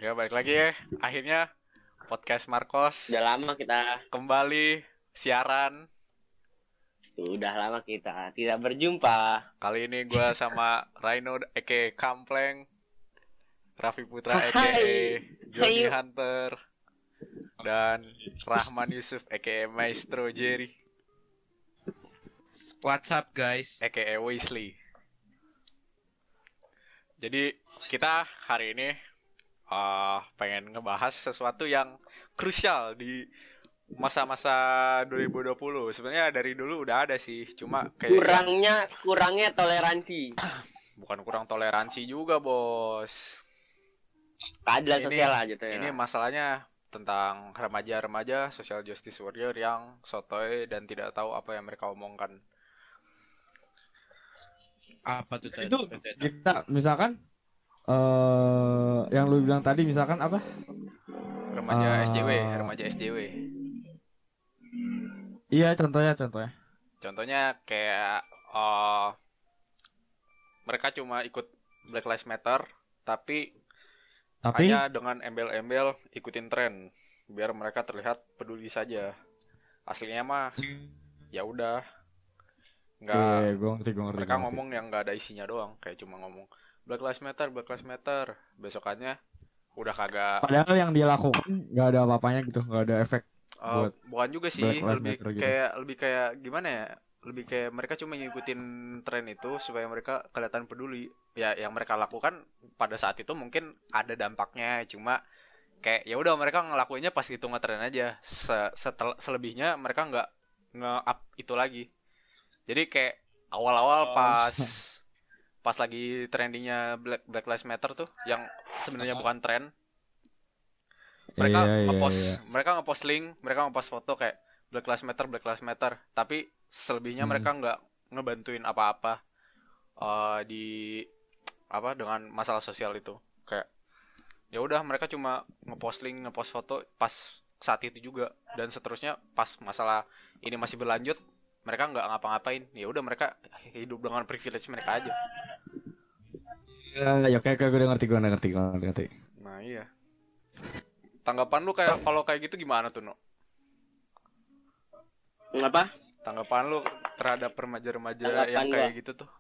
Ya balik lagi ya. Akhirnya podcast Marcos Udah lama kita, kembali siaran. udah lama kita tidak berjumpa. Kali ini gue sama Rhino aka Kampleng, Raffi Putra aka Hai, Johnny hai. Hunter, dan Rahman Yusuf aka Maestro Jerry What's up guys? aka Weasley. Jadi kita hari ini pengen ngebahas sesuatu yang krusial di masa-masa 2020. Sebenarnya dari dulu udah ada sih, cuma kayak Kurangnya toleransi, bukan kurang toleransi juga, Bos. keadilan Ini sosial lah gitu ya. ini masalahnya tentang remaja-remaja social justice warrior yang sotoy dan tidak tahu apa yang mereka omongkan. Apa tuh tadi? Itu kita misalkan yang lu bilang tadi misalkan apa? Remaja Ah. SJW, remaja SJW. Iya, contohnya. Contohnya kayak mereka cuma ikut Black Lives Matter, tapi Tapi hanya dengan embel-embel ikutin tren biar mereka terlihat peduli saja. Aslinya mah ya udah nggak, gue ngerti. mereka ngomong yang nggak ada isinya doang, kayak cuma ngomong Black Lives Matter, Black Lives Matter, besokannya udah kagak. Padahal yang dia lakukan nggak ada apa-apanya gitu, nggak ada efek buat Bukan juga sih, Black Lives lebih Matter gitu. lebih kayak gimana ya, lebih kayak mereka cuma ngikutin tren itu supaya mereka kelihatan peduli. Ya yang mereka lakukan pada saat itu mungkin ada dampaknya, cuma kayak ya udah mereka ngelakuinnya pas itu ngetren aja. Selebihnya mereka nggak nge-up itu lagi. Jadi kayak awal-awal pas lagi trendingnya Black Lives Matter tuh, yang sebenarnya bukan tren, mereka Iya. ngepost link, mereka ngepost foto kayak Black Lives Matter, tapi selebihnya mereka nggak ngebantuin apa-apa di apa dengan masalah sosial itu. Kayak ya udah mereka cuma ngepost link, ngepost foto pas saat itu juga, dan seterusnya pas masalah ini masih berlanjut mereka nggak ngapa-ngapain. Ya udah mereka hidup dengan privilege mereka aja. Ya, kayak gue udah ngerti. Nah iya, tanggapan lu kayak kalau kayak gitu gimana tuh, No? Apa? Tanggapan lu terhadap remaja-remaja Tanggapan yang kayak gua. gitu tuh?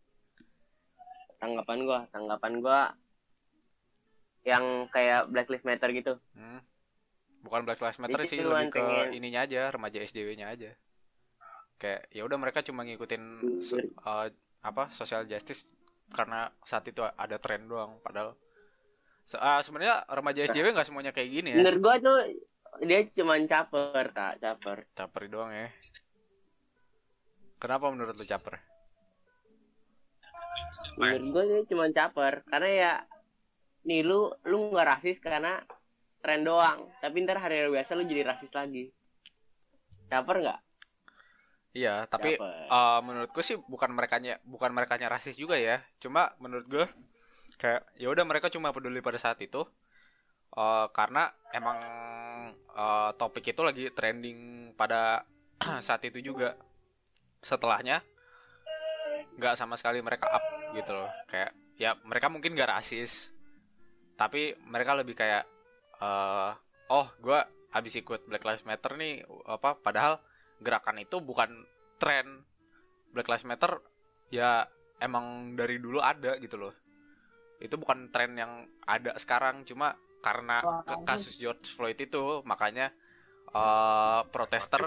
Tanggapan gua yang kayak Black Lives Matter gitu. Bukan Black Lives Matter Jadi sih, cuman lebih ke pengen- ininya aja, remaja SJW-nya aja. Kayak ya udah mereka cuma ngikutin social justice karena saat itu ada tren doang, padahal sebenarnya remaja SJW nggak semuanya kayak gini ya. Menurut gua tuh dia cuman caper. Caper doang ya. Kenapa menurut lu caper? Menurut gua dia cuman caper karena ya nih lu nggak rasis karena tren doang, tapi ntar hari biasa lu jadi rasis lagi. Caper nggak? Iya, tapi Caper. menurutku sih bukan merekanya rasis juga ya. Cuma menurut gue kayak ya udah mereka cuma peduli pada saat itu karena emang topik itu lagi trending pada saat itu juga. Setelahnya nggak sama sekali mereka up gitu loh. Kayak ya mereka mungkin nggak rasis, tapi mereka lebih kayak oh gue abis ikut Black Lives Matter nih, apa padahal gerakan itu bukan tren. Black Lives Matter ya emang dari dulu ada gitu loh. Itu bukan tren yang ada sekarang, cuma karena kasus George Floyd itu makanya protester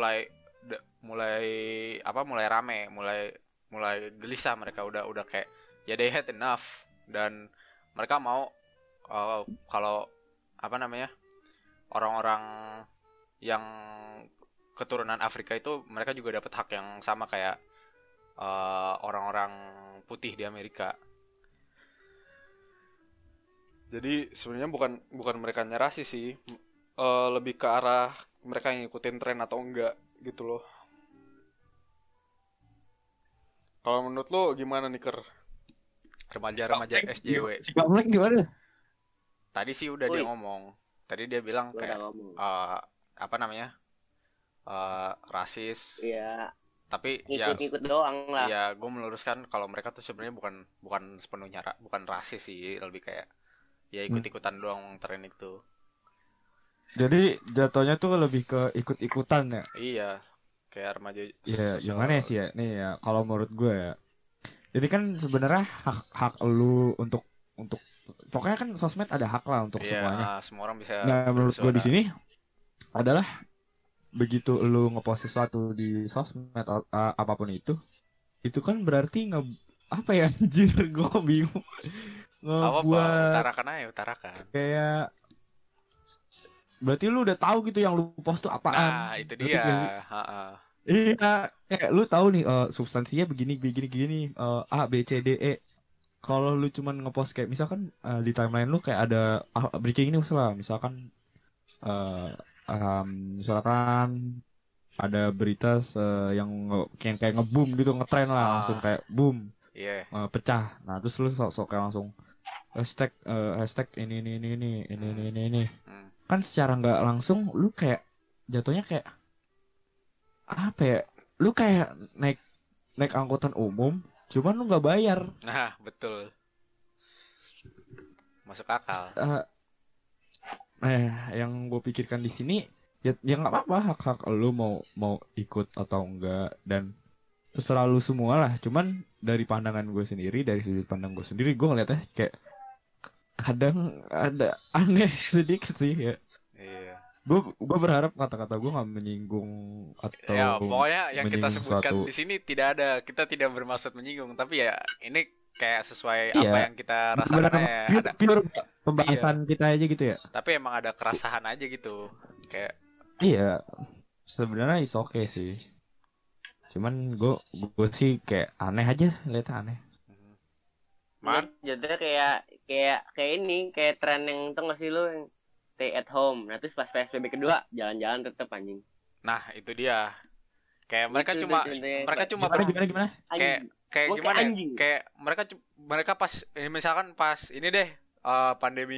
mulai rame, mulai gelisah. Mereka udah kayak ya they had enough, dan mereka mau kalau apa namanya, orang-orang yang keturunan Afrika itu mereka juga dapat hak yang sama kayak orang-orang putih di Amerika. Jadi sebenarnya bukan mereka nyerasi sih, lebih ke arah mereka yang ngikutin tren atau enggak gitu loh. Kalau menurut lo gimana nih, Ker? Remaja-remaja SJW. Si Kamleng gimana? Tadi sih udah dia ngomong. Tadi dia bilang Gua kayak udah ngomong. apa namanya, rasis. Iya, Tapi ngikut doang lah. ya gue meluruskan kalau mereka tuh sebenarnya bukan sepenuhnya bukan rasis sih, lebih kayak ya ikut-ikutan doang tren itu. Jadi jatuhnya tuh lebih ke ikut-ikutan ya. Iya, kayak remaja Ya, sosial. gimana ya sih ya? Nih ya, kalau menurut gue ya. Jadi kan sebenarnya hak lu untuk pokoknya kan sosmed ada hak lah untuk Iya, semuanya. semua orang bisa Nah, menurut gue di bersuara. sini adalah begitu lu ngepost sesuatu di sosmed apapun itu kan berarti apa ya anjir gue bingung Apa ngebuat utarakan aja, utarakan. kayak berarti lu udah tahu gitu yang lu post tuh apaan. Nah, itu Ngerti dia. gak sih? Ha-ha. Iya, kayak lu tahu nih substansinya begini begini begini A B C D E. Kalau lu cuman ngepost kayak misalkan di timeline lu kayak ada breaking news lah, misalkan eh, misalkan ada berita kayak ngeboom gitu, ngetren lah, langsung kayak boom, Iya. pecah. Nah, terus lu sok kayak langsung hashtag ini. Hmm. Kan secara nggak langsung lu kayak jatuhnya kayak apa ya? Lu kayak naik angkutan umum, cuman lu nggak bayar. Nah, betul. Masuk akal. Yang gue pikirkan di sini ya nggak apa-apa, hak lu mau ikut atau enggak, dan terserah lu semua lah. Cuman dari pandangan gue sendiri, dari sudut pandang gue sendiri, gue ngeliatnya kayak kadang ada aneh sedikit sih ya. Iya. Gue berharap kata-kata gue nggak menyinggung atau Ya, pokoknya yang kita menyinggung sebutkan suatu. di sini kita tidak bermaksud menyinggung, tapi ya ini kayak sesuai Iya. apa yang kita rasakan ya. Pure pembahasan kita aja gitu ya. Tapi emang ada keresahan aja gitu. Kayak Iya, sebenarnya is okay sih. Cuman gue sih kayak aneh aja, lihatnya aneh. Man, Jadinya kayak ini, kayak tren yang tau gak sih lu yang stay at home. Nah terus pas PSBB kedua jalan-jalan tetep anjing. nah itu dia. Kayak mereka Itu cuma tuh contohnya. mereka cuma Gimana? kayak kayak Gua gimana kayak ya? anjing. Kayak mereka pas misalkan pas ini deh pandemi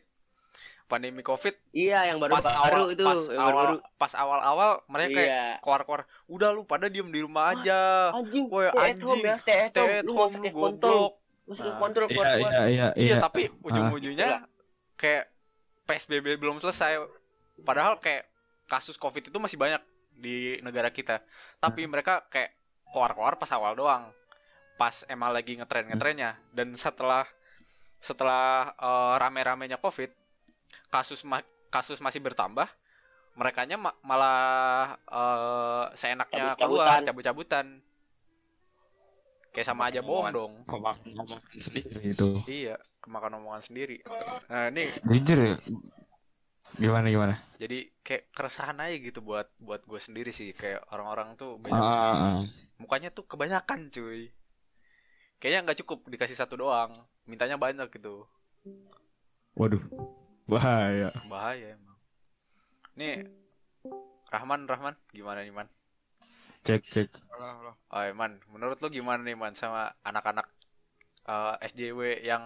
Covid Iya yang pas baru-baru awal itu. pas yang awal baru-baru. pas awal-awal mereka kayak Iya. keluar-keluar, udah lu pada diem di rumah aja. Anjing, Woi stay at home anjing, ya, stay at stay home. at Lu home nggak lu usah kontrol. goblok. Mesti Nah. kontrol keluar-keluar. Iya, tapi ujung-ujungnya kayak PSBB belum selesai. Padahal kayak kasus Covid itu masih banyak di negara kita. Tapi mereka kayak keluar-keluar pas awal doang. Pas emang lagi ngetren-ngetrennya. Dan setelah rame-ramenya Covid, kasus masih bertambah. Merekanya malah seenaknya keluar, cabut-cabutan. Kayak sama aja bohong dong. Ngomong sendiri itu. Iya, kemakan omongan sendiri. Nah, ini Jujur ya. Gimana? jadi kayak keresahan aja gitu buat gue sendiri sih. Kayak orang-orang tuh banyak mukanya tuh kebanyakan cuy. Kayaknya nggak cukup dikasih satu doang, mintanya banyak gitu. Waduh, bahaya. Bahaya emang. Nih, Rahman, gimana nih Man? Cek. Oh Man, menurut lu gimana nih Man sama anak-anak SJW yang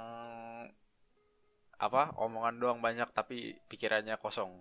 apa omongan doang banyak tapi pikirannya kosong?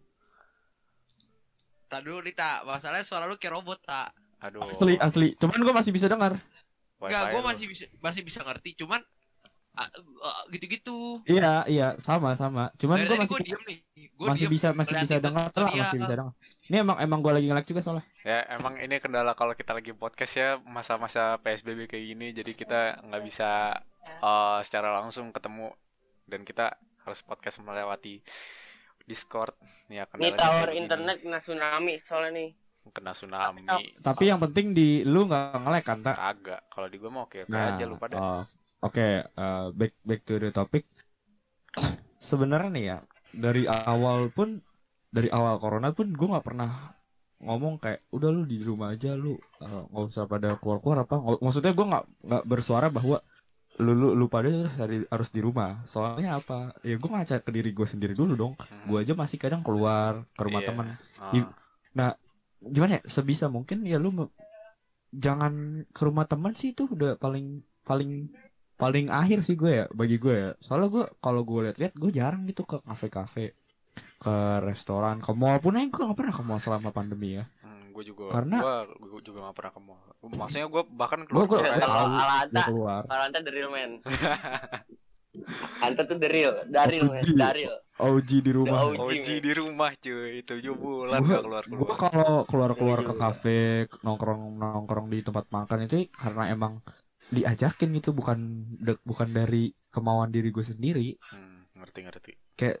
Tak dulu nih tak, masalahnya suara lu kayak robot tak. Aduh. Asli. Cuman gue masih bisa dengar. Enggak, gue lu. masih bisa ngerti, cuman gitu-gitu. Iya, sama. Cuman Dari gue tadi masih gue diem nih. masih bisa dengar lah, masih bisa dengar. Ini emang gue lagi nge-lag juga soalnya. Ya emang ini kendala kalau kita lagi podcast ya, masa-masa PSBB kayak gini, jadi kita nggak bisa secara langsung ketemu dan kita harus podcast melewati Discord. Nih ya, Nih kendalanya tower kayak begini. internet kena tsunami soalnya nih. Kena tsunami. Tapi yang penting di lu nggak nge-lag kan, tak? Kagak. Kalau di gua mah oke Nah, aja lu pada. Oke, back to the topic. Sebenarnya nih ya, dari awal corona pun gue nggak pernah ngomong kayak udah lu di rumah aja, lu nggak usah pada keluar apa. Maksudnya gue nggak bersuara bahwa lu pada harus di rumah. Soalnya apa? Ya gue ngaca ke diri gue sendiri dulu dong. Gue aja masih kadang keluar ke rumah Iya. teman. Nah, gimana ya? Sebisa mungkin ya lu jangan ke rumah teman sih, itu udah paling akhir sih gue ya, bagi gue ya. Soalnya gue kalau gue lihat gue jarang gitu ke kafe, ke restoran, ke mall pun gue nggak pernah ke mall selama pandemi ya. Gue juga. Karena gue juga nggak pernah ke mall. Maksudnya gue bahkan gue keluar aja. Kalau Alanta keluar. Alanta the real man. Anta tuh Daril, men. OG. Daril. OG di rumah. The OG. OG di rumah cuy, 7 bulan Gua gak keluar gua keluar. kalau keluar ke Iya. kafe, nongkrong di tempat makan itu karena emang diajakin gitu, bukan dari kemauan diri gue sendiri. Ngerti. Kayak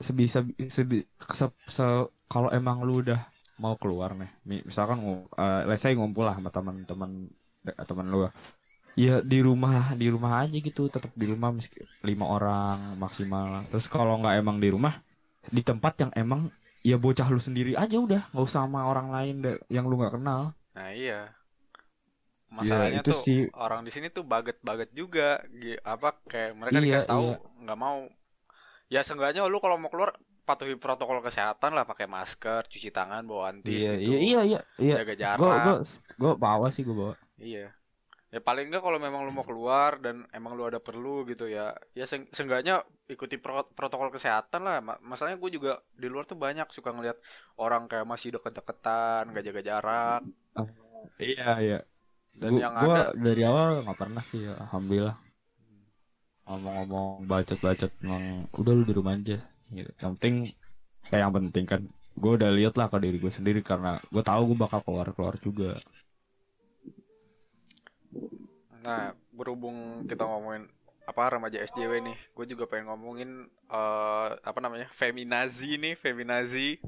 kalau emang lu udah mau keluar nih, misalkan let's say ngumpul lah sama teman lu, ya di rumah aja gitu, tetap di rumah 5 orang maksimal. Terus kalau nggak emang di rumah, di tempat yang emang ya bocah lu sendiri aja udah, nggak usah sama orang lain yang lu nggak kenal. Nah iya, Ya masalahnya itu tuh sih. orang di sini tuh baget juga, apa kayak mereka Iya, dikasih tahu iya. nggak mau. Ya seenggaknya lu kalau mau keluar patuhi protokol kesehatan lah, pakai masker, cuci tangan, bawa antis Iya, gitu, iya. jaga Gue jarak. gue bawa sih, gue bawa. Iya. Ya paling enggak kalau memang lu mau keluar dan emang lu ada perlu gitu ya. Ya seenggaknya ikuti protokol kesehatan lah. Masalahnya gue juga di luar tuh banyak suka ngeliat orang kayak masih deket-deketan, gak jaga jarak. Iya. Dan yang Gua ada dari awal nggak pernah sih, alhamdulillah. Ngomong-ngomong bacot-bacot, emang udah lu di rumah aja gitu. Yang penting kan gue udah lihat lah ke diri gue sendiri, karena gue tahu gue bakal keluar juga. Nah, berhubung kita ngomongin apa remaja SJW nih, gue juga pengen ngomongin apa namanya, feminazi nih, feminazi.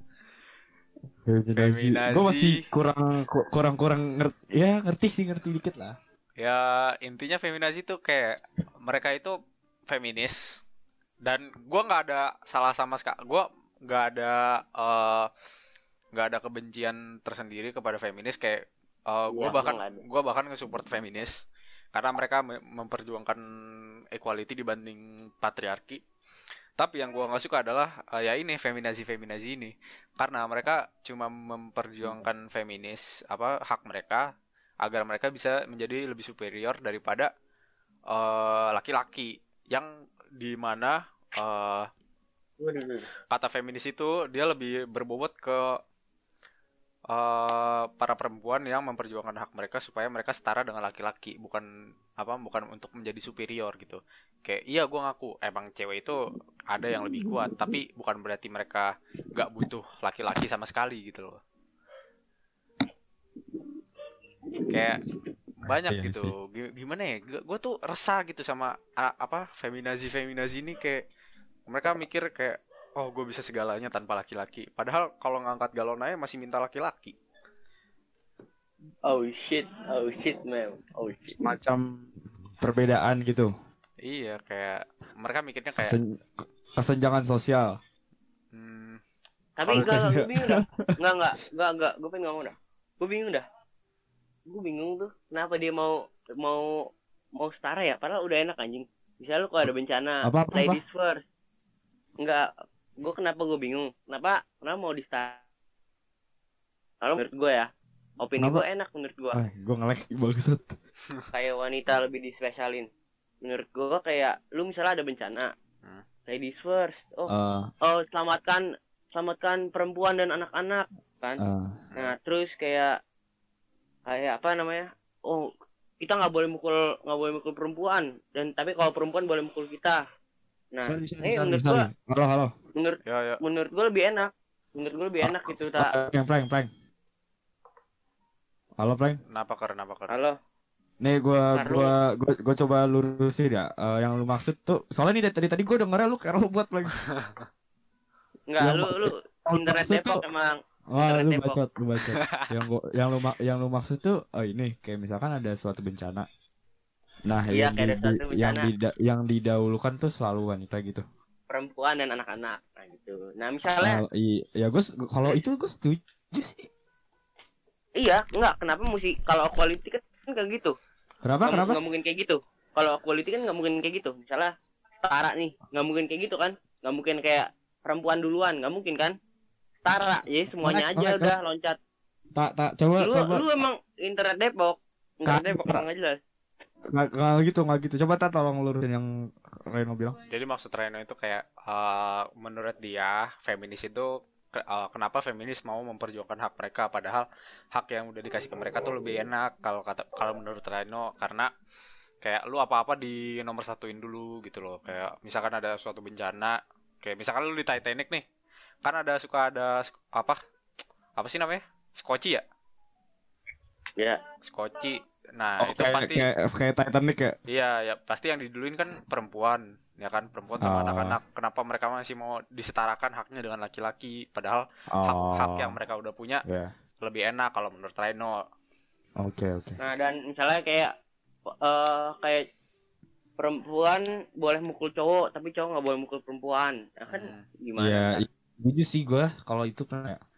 Gue masih kurang ngerti dikit lah. Ya intinya feminazi tuh kayak mereka itu feminis, dan gue nggak ada salah sama sekali, gue nggak ada nggak ada kebencian tersendiri kepada feminis. Kayak gue Iya, bahkan gua nggak ada. gue bahkan nge-support feminis karena mereka memperjuangkan equality dibanding patriarki. Tapi yang gue nggak suka adalah ya ini feminazi ini, karena mereka cuma memperjuangkan feminis, apa, hak mereka agar mereka bisa menjadi lebih superior daripada laki-laki, yang dimana kata feminis itu dia lebih berbobot ke para perempuan yang memperjuangkan hak mereka supaya mereka setara dengan laki-laki, bukan untuk menjadi superior gitu. Kayak iya, gue ngaku emang cewek itu ada yang lebih kuat, tapi bukan berarti mereka gak butuh laki-laki sama sekali gitu loh. Kayak banyak Iya gitu. Gimana ya, gue tuh resah gitu sama feminazi ini. Kayak mereka mikir kayak, oh gue bisa segalanya tanpa laki-laki, padahal kalau ngangkat galon aja masih minta laki-laki. Oh shit, man. Oh shit. Macam perbedaan gitu, Iya, kayak mereka mikirnya kayak kesenjangan sosial. Tapi Kalau enggak, kayak- gue bingung dah. Enggak. Gue pengen ngomong dah. Gue bingung tuh. Kenapa dia mau setara ya? Padahal udah enak anjing. Misalnya lu kalau ada bencana, Apa? ladies first. Enggak. Kenapa gue bingung? Kenapa mau di setara? Kalau menurut gue ya, opini Kenapa? gue enak menurut gue. Gue nge-lag bangsat. Kayak wanita lebih dispesialin. Menurut gue kayak lu misalnya ada bencana, ladies first. Selamatkan perempuan dan anak-anak kan. Nah terus kayak apa namanya, oh kita nggak boleh mukul perempuan, dan tapi kalau perempuan boleh mukul kita. Nah menurut gua Halo. ya. menurut gua lebih enak gitu tak. Prank. Halo, Prank. Kenapa kar? Halo. Nih gua coba lurusin ya. Yang lu maksud tuh, soalnya nih tadi gua dengernya lu kayak robot lagi. Enggak, Yang lu internet maksud Depok tuh- emang. Wah, Internet lu Depok. bacot. yang lu maksud tuh, ini kayak misalkan ada suatu bencana. Nah, Iya, kayak ada suatu bencana. yang didahulukan tuh selalu wanita gitu. Perempuan dan anak-anak. Nah gitu. Nah misalnya Iya, kalau itu gue setuju sih. iya, enggak, kenapa mesti kalau equality kan kayak gitu. Kenapa? Nggak mungkin kayak gitu. Kalau equality kan nggak mungkin kayak gitu. Misalnya setara nih, nggak mungkin kayak gitu kan. Nggak mungkin kayak perempuan duluan, nggak mungkin kan. Setara, jadi semuanya aja udah loncat. Tak coba. Lu emang internet Depok. Internet Depok nggak jelas. Nggak gitu. Coba tolong lurusin yang Reno bilang. Jadi maksud Reno itu kayak menurut dia feminis itu kenapa feminis mau memperjuangkan hak mereka, padahal hak yang udah dikasih ke mereka tuh lebih enak kalau menurut Reno, karena kayak lu apa-apa di nomor satuin dulu gitu loh. Kayak misalkan ada suatu bencana, kayak misalkan lu di Titanic nih, kan suka ada apa sih namanya, skoci ya, Ya. skoci. Nah itu kayak pasti kayak Titanic ya. iya ya, pasti yang diduluin kan perempuan, ya kan, perempuan sama anak-anak. Kenapa mereka masih mau disetarakan haknya dengan laki-laki, padahal hak yang mereka udah punya lebih enak kalau menurut Reno. Oke. Nah, dan misalnya kayak kayak perempuan boleh mukul cowok tapi cowok nggak boleh mukul perempuan. Nah, kan gimana? Ya, kan? setuju sih gue kalau itu kan ya.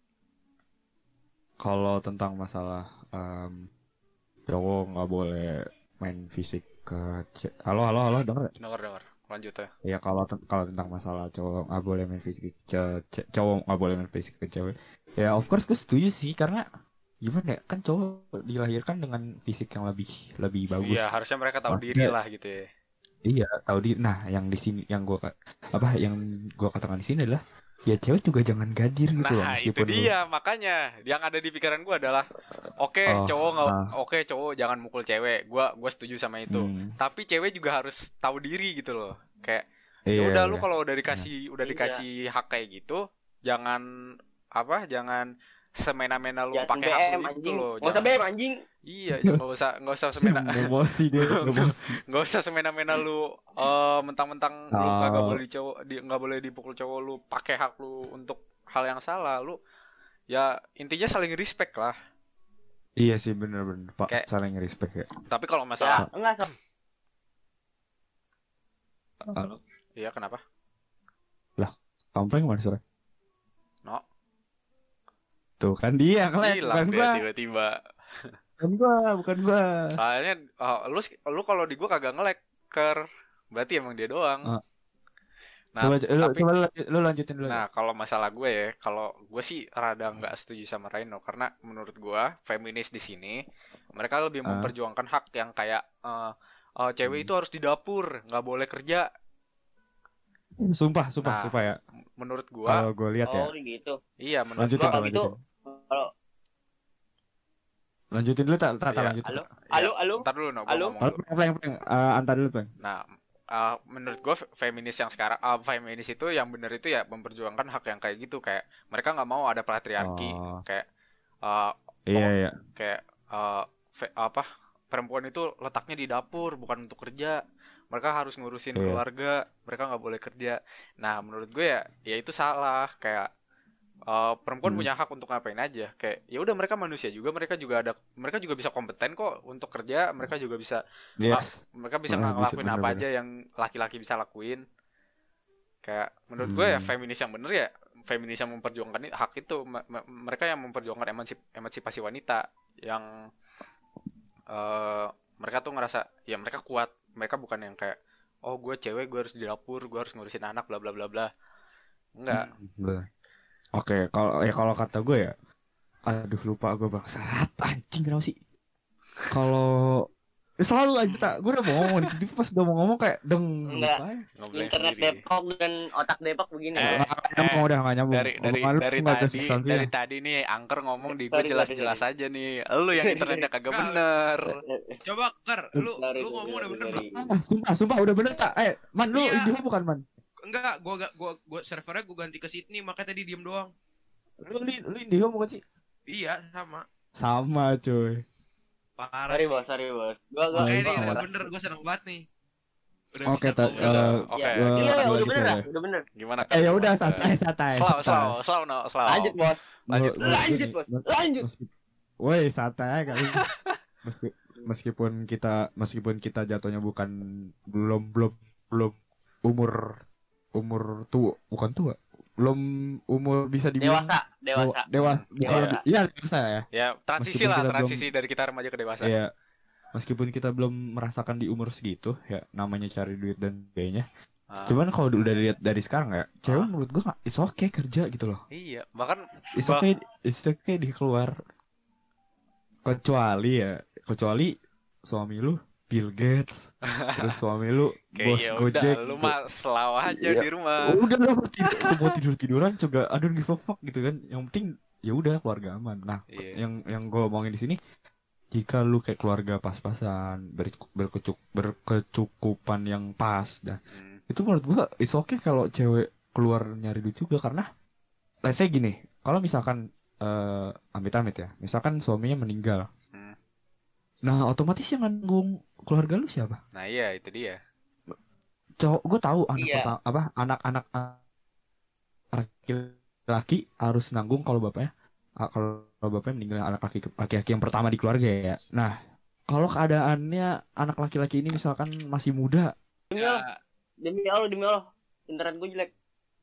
Kalau tentang masalah cowok nggak boleh main fisik ke halo dengar nggak? Dengar lanjut ya. Ya kalau tentang masalah cowok nggak boleh main fisik cowok nggak boleh main fisik ke cewek. Ya of course gue setuju sih, karena gimana ya, kan cowok dilahirkan dengan fisik yang lebih bagus. Iya, harusnya mereka tahu diri lah gitu ya. Iya, tahu diri. Nah, yang di sini yang gue katakan di sini adalah ya cewek juga jangan gadir gitu loh, Nah, itu dia makanya yang ada di pikiran gue adalah cowok jangan mukul cewek. Gue setuju sama itu. Tapi cewek juga harus tahu diri gitu loh. Kayak ya udah lu kalau udah dikasih hak kayak gitu, jangan semena-mena lu pakai hak lu itu loh. Nggak usah BM anjing. Iya, nggak usah semena. Emosi dia, nggak usah semena-mena lu mentang-mentang lu nggak boleh dipukul cowok, lu pakai hak lu untuk hal yang salah. Lu ya intinya saling respect lah. Iya sih, bener Pak, saling respect ya. Tapi kalau masalah enggak Halo? Iya, kenapa? Lah, kampleng mana sore? No. Tuh kan dia hilang dia tiba-tiba. Bukan gua. Soalnya lu kalau di gua kagak nge-lag, berarti emang dia doang. Nah, coba lu lanjutin dulu. Nah, kalau masalah gue ya, kalau gue sih rada nggak setuju sama Rhino, karena menurut gue feminis di sini mereka lebih memperjuangkan hak yang kayak cewek itu harus di dapur, nggak boleh kerja. Sumpah ya. Menurut gue, kalau gue lihat ya. Oh gitu. Iya, menurut lanjutin, gue gitu. Kalau lanjutin dulu tak ya, lanjutin. Halo. Ntar dulu Antar dulu, Peng. Nah, menurut gue feminis yang sekarang feminis itu yang benar itu ya memperjuangkan hak yang kayak gitu, kayak mereka nggak mau ada patriarki, kayak kayak perempuan itu letaknya di dapur bukan untuk kerja, mereka harus ngurusin keluarga, mereka nggak boleh kerja. Nah, menurut gue ya itu salah. Kayak perempuan punya hak untuk ngapain aja. Kayak ya udah, mereka manusia juga, mereka juga bisa kompeten kok untuk kerja, mereka juga bisa mereka bisa ngelakuin apa aja yang laki-laki bisa lakuin. Kayak menurut gue ya feminis yang bener ya feminis yang memperjuangkan hak itu, mereka yang memperjuangkan emansipasi wanita, yang mereka tuh ngerasa ya mereka kuat, mereka bukan yang kayak gue cewek, gue harus di dapur, gue harus ngurusin anak, bla bla bla bla. Enggak. Oke, kalau kata gue ya, aduh lupa gue bangsat, anjing kenapa sih? Kalau selalu aja gue udah mau ngomong di TV, pas udah mau ngomong kayak lupa ya. Internet Depok dan otak Depok begini. Udah nggak nyambung. Dari tadi nih Angker ngomong di gue jelas-jelas aja nih. Lu yang internetnya kagak bener. Coba lu ngomong udah bener belum? Sumpah udah bener tak? Man, lu Indiho bukan, Man? Enggak, gua servernya gua ganti ke Sydney, makanya tadi diem doang. Lu Indiho bukan sih? Iya, sama cuy. Parah sorry bos. Gua udah bener, gua seneng banget nih. Oke, udah bener. Gimana? Ya udah, santai. Slow. Lanjut bos. Woi, santai kali. Meskipun kita jatuhnya belum umur tua, bukan tua. Belum umur bisa dibilang dewasa. Iya, dewasa ya. Ya, transisi dari kita remaja ke dewasa. Iya. Meskipun kita belum merasakan di umur segitu, ya namanya cari duit dan kayaknya. Cuman kalau udah lihat dari sekarang ya, cewek menurut gua it's okay kerja gitu loh. Iya, bahkan it's okay di keluar. Kecuali suami lu Bill Gates, terus suami lu bos Gojek. Lu mah selaw aja di rumah. Udah lu mau tiduran juga, I don't give a fuck gitu kan. Yang penting ya udah keluarga aman. Nah, yang gue omongin di sini, jika lu kayak keluarga pas-pasan, berkecukupan yang pas, dah. Itu menurut gua it's okay kalau cewek keluar nyari duit juga, karena let's say gini, kalau misalkan amit-amit ya, misalkan suaminya meninggal, nah otomatis yang nanggung keluarga lu siapa? Nah iya itu dia. Cowok gue tahu Iya. anak-anak laki-laki harus nanggung kalau bapaknya meninggal, anak laki-laki yang pertama di keluarga ya. Nah, kalau keadaannya anak laki-laki ini misalkan masih muda, Demi Allah, internet gue jelek.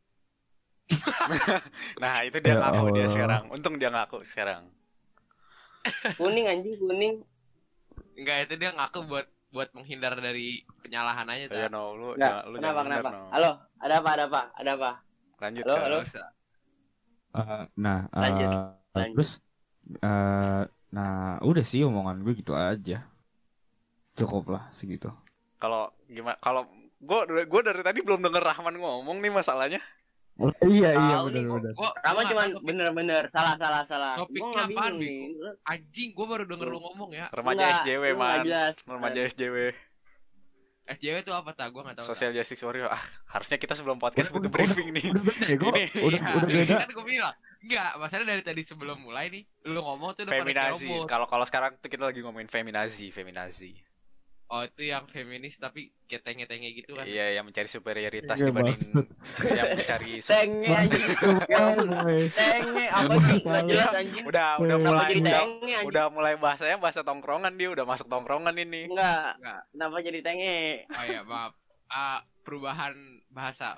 Nah itu dia Ya ngaku dia Allah. sekarang. Untung dia ngaku sekarang. Kuning anjing, kuning. Enggak, itu dia ngaku buat menghindar dari penyalahan aja Ya tuh. no, lu Enggak, jangan kenapa? bener, no. Halo, ada apa? Lanjut Halo, Kak. halo. Lanjut. Terus nah udah sih omongan gue gitu aja, cukup lah segitu. Kalau gimana? Kalau gue dari tadi belum denger Rahman ngomong nih masalahnya. Iya Tahu nih, benar. Rama cuman bener-bener salah. Topiknya Gua nggak apaan, bingung nih. Anjing, gue baru denger lu ngomong ya. Remaja Enggak, SJW lu nggak man. jelas. Remaja SJW. SJW itu apa tak? Gue nggak tahu. Social Justice Warrior. Harusnya kita sebelum podcast butuh Udah, briefing nih. Udah beda ya, Ini udah beda. Kan gue bilang. Enggak, masalahnya dari tadi sebelum mulai nih, lu ngomong tuh udah pada Feminazi. ceroboh. Kalau sekarang tuh kita lagi ngomongin feminazi. Oh, itu yang feminis tapi ketenge-tenge gitu kan. Iya, yang mencari superioritas Iya, dibanding maksud. yang mencari Tenge anjing. Tenge apa sih? Nggak jelas anjing. udah Kenapa mulai jadi tenge anjing? udah mulai bahasanya bahasa tongkrongan, dia udah masuk tongkrongan ini. Enggak. Enggak. Kenapa jadi tenge? Oh ya, maaf. Perubahan bahasa.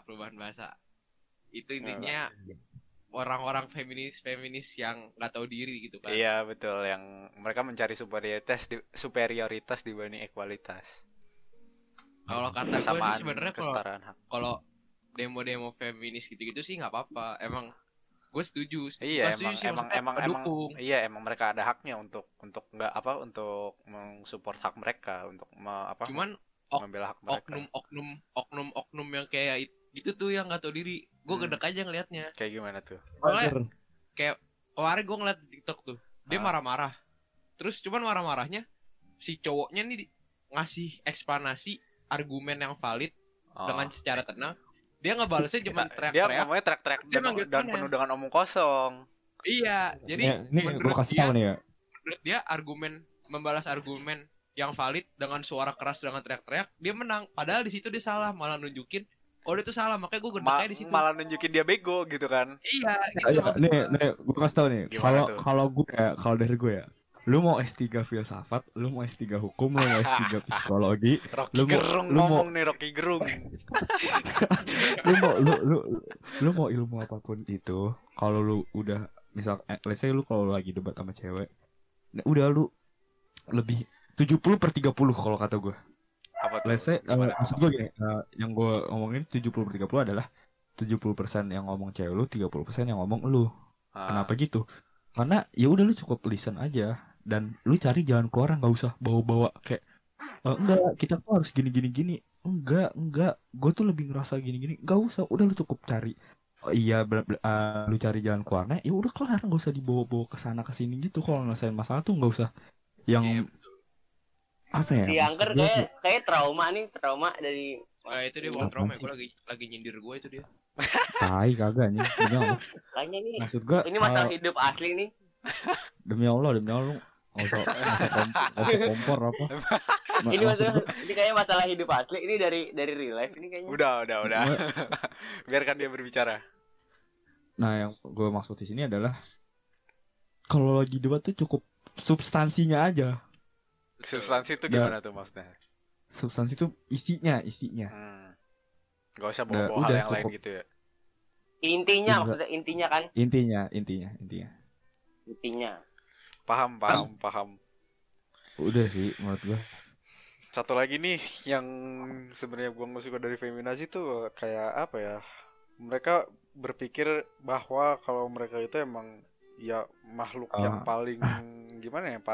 Itu intinya orang-orang feminis yang nggak tahu diri gitu kan. Iya betul, yang mereka mencari superioritas dibanding ekualitas. Kalau kata gue sih Kesamaan, sebenarnya kesetaraan hak. kalau demo-demo feminis gitu-gitu sih nggak apa-apa. Emang gue setuju. Iya, Gua setuju sih, emang maksudnya mendukung. iya emang mereka ada haknya untuk nggak apa untuk mensupport hak mereka, untuk Cuman membela hak mereka. oknum yang kayak gitu tuh yang nggak tahu diri. Gue gedek aja ngelihatnya. Kayak gimana tuh? Soalnya kayak kemarin gue ngeliat di TikTok tuh, dia Ah. marah-marah. Terus cuman marah-marahnya si cowoknya nih ngasih eksplanasi argumen yang valid dengan secara tenang. Dia ngebalesnya cuma Dia teriak-teriak. ngomongnya teriak-teriak Dia manggil dan temennya. penuh dengan omong kosong. Iya, jadi ini gue menurut kasih dia, tahu nih ya. menurut dia membalas argumen yang valid dengan suara keras dengan teriak-teriak, dia menang. Padahal di situ dia salah, malah nunjukin oh dia tuh salah, makanya gue gedek aja di situ. Malah nunjukin dia bego gitu kan. Iya, gitu. Nih gue kasih tahu nih. Gimana tuh? Kalau dari gue ya, lu mau S3 filsafat, lu mau S3 hukum, lu mau S3 psikologi, Rocky lu mau- Gerung lu mau- ngomong nih, Rocky Gerung. lu mau ilmu apapun itu, kalau lu udah misal let's say lu kalau lagi debat sama cewek, nah udah lu lebih 70/30 kalau kata gue. Apa tuh? Let's say Gimana tuh maksud gue gini, yang gue ngomongin 70/30 adalah 70% yang ngomong cewek lu, 30% yang ngomong lu. Ah, Kenapa gitu? Karena ya udah lu cukup listen aja dan lu cari jalan keluar, nggak usah bawa-bawa kayak enggak kita tuh harus gini. Enggak, gue tuh lebih ngerasa gini. Nggak usah, udah lu cukup cari. Oh iya, lu cari jalan keluarnya, ya udah kelar, nggak usah dibawa-bawa ke sana ke sini gitu. Kalau ngelesain masalah tuh nggak usah yang Iya, apa ya? Si Angker maksud gue kayak trauma dari itu dia bukan trauma, gue lagi nyindir gue itu dia. tai kagak nih. Demi Allah. kayaknya ini Maksud gue ini masalah hidup asli nih. demi Allah lu nggak usah kompor apa. Ini Maksud masalah gua, ini kayaknya masalah hidup asli ini dari real life ini kayaknya. udah. Biarkan dia berbicara. nah yang gue maksud di sini adalah kalau lagi debat tuh cukup substansinya aja. Substansi itu gimana tuh maksudnya? Substansi itu isinya. Gak usah Udah, bawa hal yang cukup. lain gitu ya. Intinya Enggak. maksudnya intinya kan Intinya. Paham. Udah sih menurut gue. Satu lagi nih yang sebenarnya gua nggak suka dari feminazi tuh kayak apa ya? Mereka berpikir bahwa kalau mereka itu emang ya makhluk yang paling gimana ya?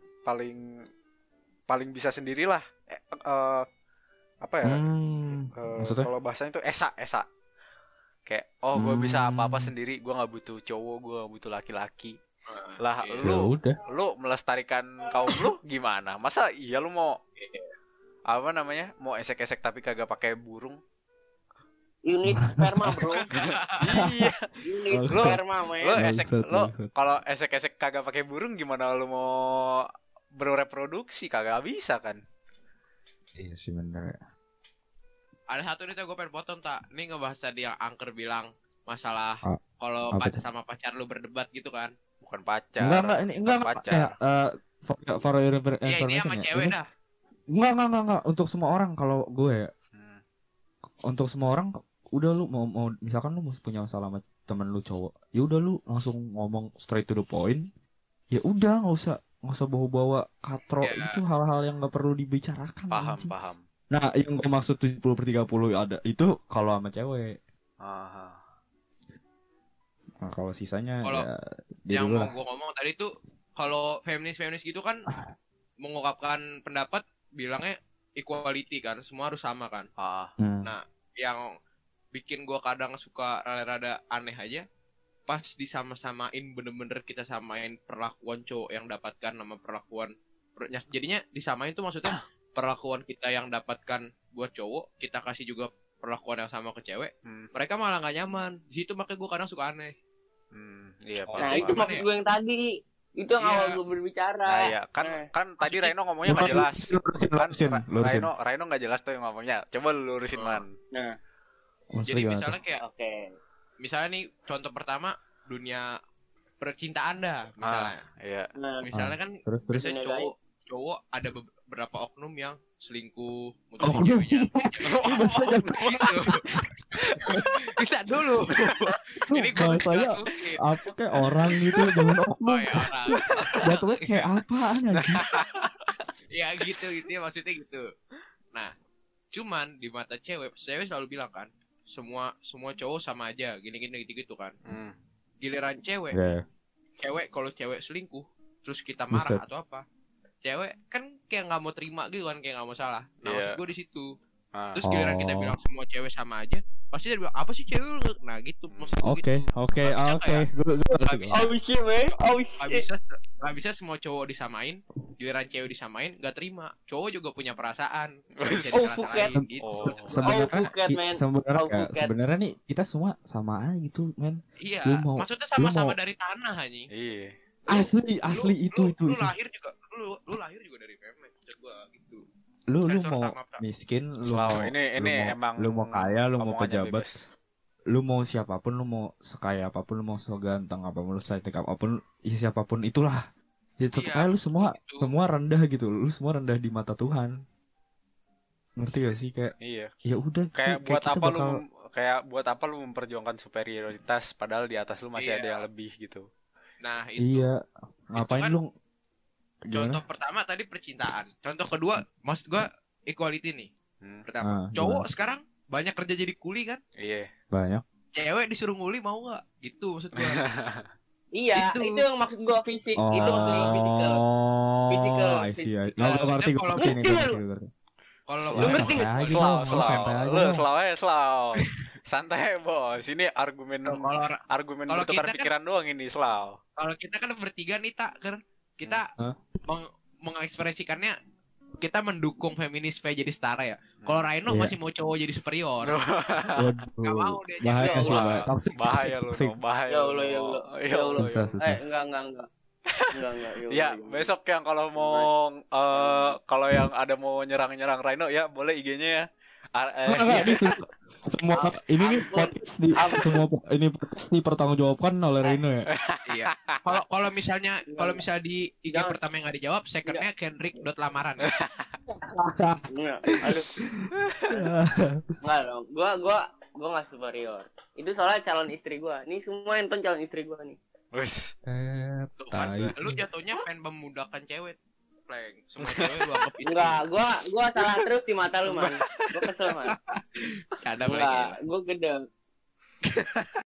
Paling bisa sendirilah. Apa ya? Maksudnya? Kalau bahasanya itu esa. Kayak gue bisa apa-apa sendiri, gue nggak butuh cowok, gue nggak butuh laki-laki. Lah Iya. Ya lu udah. melestarikan kaum lu gimana? Masa iya lu mau apa namanya? Mau esek-esek tapi kagak pakai burung? Unit sperma bro. Iya. Unit Lu- sperma Lu men. esek lu kalau esek-esek kagak pakai burung gimana lu mau bereproduksi? Kagak bisa kan? Iya sih bener. Ada satu nih gue pengen potong tak. Ini ngebahas tadi yang Angker bilang masalah Ah, kalau apa tuh? sama pacar lu berdebat gitu kan. Bukan pacar. Enggak ini enggak pacar. for your Iya ini information sama ya. cewek Ini dah. enggak untuk semua orang kalau gue ya. Hmm. Untuk semua orang udah lu mau misalkan lu punya masalah sama temen lu cowok, ya udah lu langsung ngomong straight to the point. Ya udah nggak usah bawa-bawa katro, Ya. itu hal-hal yang nggak perlu dibicarakan. Paham, anjing. paham. Nah, yang gue maksud 70/30 ada itu kalau sama cewek. Aha. Nah, kalau sisanya Kalau ya dia Yang dulu mau lah. gue ngomong tadi tuh kalau feminis gitu kan mengungkapkan pendapat bilangnya equality kan, semua harus sama kan. Ah. Nah, yang bikin gua kadang suka rada-rada aneh aja pas disama-samain, bener-bener kita samain perlakuan cowok yang dapatkan sama perlakuan jadinya disamain tuh maksudnya perlakuan kita yang dapatkan buat cowok kita kasih juga perlakuan yang sama ke cewek, mereka malah nggak nyaman di situ, makanya gua kadang suka aneh. Iya, Oh, paham. Nah, itu gimana maksud ya? gue yang tadi. Itu yang Iya. awal gue berbicara. Nah, iya, kan tadi Maksudnya- Reno ngomongnya nggak jelas. Kan Lurusin. Reno nggak jelas tuh yang ngomongnya. Coba lu lurusin, Oh. Man. Nah, Maksudnya Jadi gimana misalnya kayak oke. misalnya nih contoh pertama dunia percintaan dah misalnya. Iya. Nah, Misalnya kan tuh? Terus biasanya Ini, cowok ada beberapa oknum yang selingkuh mutusin Oknum? ceweknya. Gitu. Bisa dulu. Ini gue Bahasanya apa kayak orang gitu jangan Oh oknum. ya orang. Jatuhnya kayak apaan anjing? Ya gitu ya maksudnya gitu. Nah, cuman di mata cewek selalu bilang kan, semua cowok sama aja, gini gitu kan. Giliran cewek, Ya. kalau cewek selingkuh, terus kita marah Buset. atau apa, cewek kan kayak nggak mau terima gitu kan, kayak nggak mau salah. Nah, Iya. maksud gue di situ. Ah. Terus giliran kita Oh. bilang semua cewek sama aja, pasti dia bilang apa sih cewek lu? Nah gitu maksud gue Oke. gitu. Nggak bisa Gue Nggak bisa. Oh shit, man. Oh Nggak shit. bisa nggak bisa semua cowok disamain, giliran cewek disamain nggak terima. Cowok juga punya perasaan. Nggak bisa Oh, disalahin, Phuket. gitu. Oh. sebenarnya Phuket, man. sebenarnya Phuket. sebenarnya nih kita semua sama aja gitu, men. Iya, Lu mau- maksudnya sama-sama mau- dari tanah anjing. Iya. Asli itu. Lu lahir juga lu lahir juga dari family maksud gua gitu. Lu Sensor mau sama, Pak. miskin, lu Selalu mau ini emang lu mau kaya, lu mau omongannya pejabat, bebas. lu mau siapapun, lu mau sekaya apapun, lu mau seganteng apapun, lu secantik apapun, ya siapapun itulah. Ya tetep Iya, aja lu semua gitu. rendah gitu. Lu semua rendah di mata Tuhan. Ngerti gak sih kayak Iya. ya udah Kayak buat kita apa bakal buat apa lu memperjuangkan superioritas padahal di atas lu masih Iya. ada yang lebih gitu. Nah, itu. iya ngapain kan lu Contoh pertama tadi percintaan. Contoh kedua, maksud gua equality nih. Pertama, cowok gimana? sekarang banyak kerja jadi kuli kan? Iya. Banyak. Cewek disuruh nguli mau nggak? Gitu maksud gua. Iya, Itu. itu yang maksud gue fisik. Itu maksud gue physical. Physical, I see. physical. Nah, gue ngerti, gue Kalau ngerti nih, gue mungkin- ngerti, gue ngerti. Kalau Lu ngerti nggak? Santai aja, Slow, Bang. slow. Santai aja, Lu Bang. slow aja, slow. Santai, Bos. Ini argumen kalau bertukar kita kan- pikiran doang ini, slow. kalau kita kan bertiga nih tak kan kita Hah? mengekspresikannya kita mendukung feminis supaya jadi setara ya. Kalau Rhino Iya. masih mau cowok jadi superior. Waduh, Nggak mau dia jadi bahaya cowok. sih, bahaya. Toxic, Bahaya lu, toxic. no. Bahaya Ya lu, Allah, ya no. Allah. Ya Ya Allah. Allah. Susah. Enggak. Enggak. Ya, besok yang kalau mau kalau yang ada mau nyerang Rhino ya boleh IG-nya ya. Enggak, ini semua ini nih podcast di semua ini podcast dipertanggungjawabkan oleh Rino ya. Iya. Kalau misalnya di IG Jangan. pertama yang nggak dijawab, secondnya Kendrick.lamaran. Enggak. Aduh. Enggak dong. Gua enggak superior. Itu soalnya calon istri gua. Nih semua nonton calon istri gua nih. Wes. Tuh kan, Tai. lu jatuhnya pengen memudahkan cewek. Pleng. Semua cewek lu anggap itu. Enggak, gua salah terus di mata lu, Man. Gua kesel, Man. Canda Enggak, Pleng. gua gede.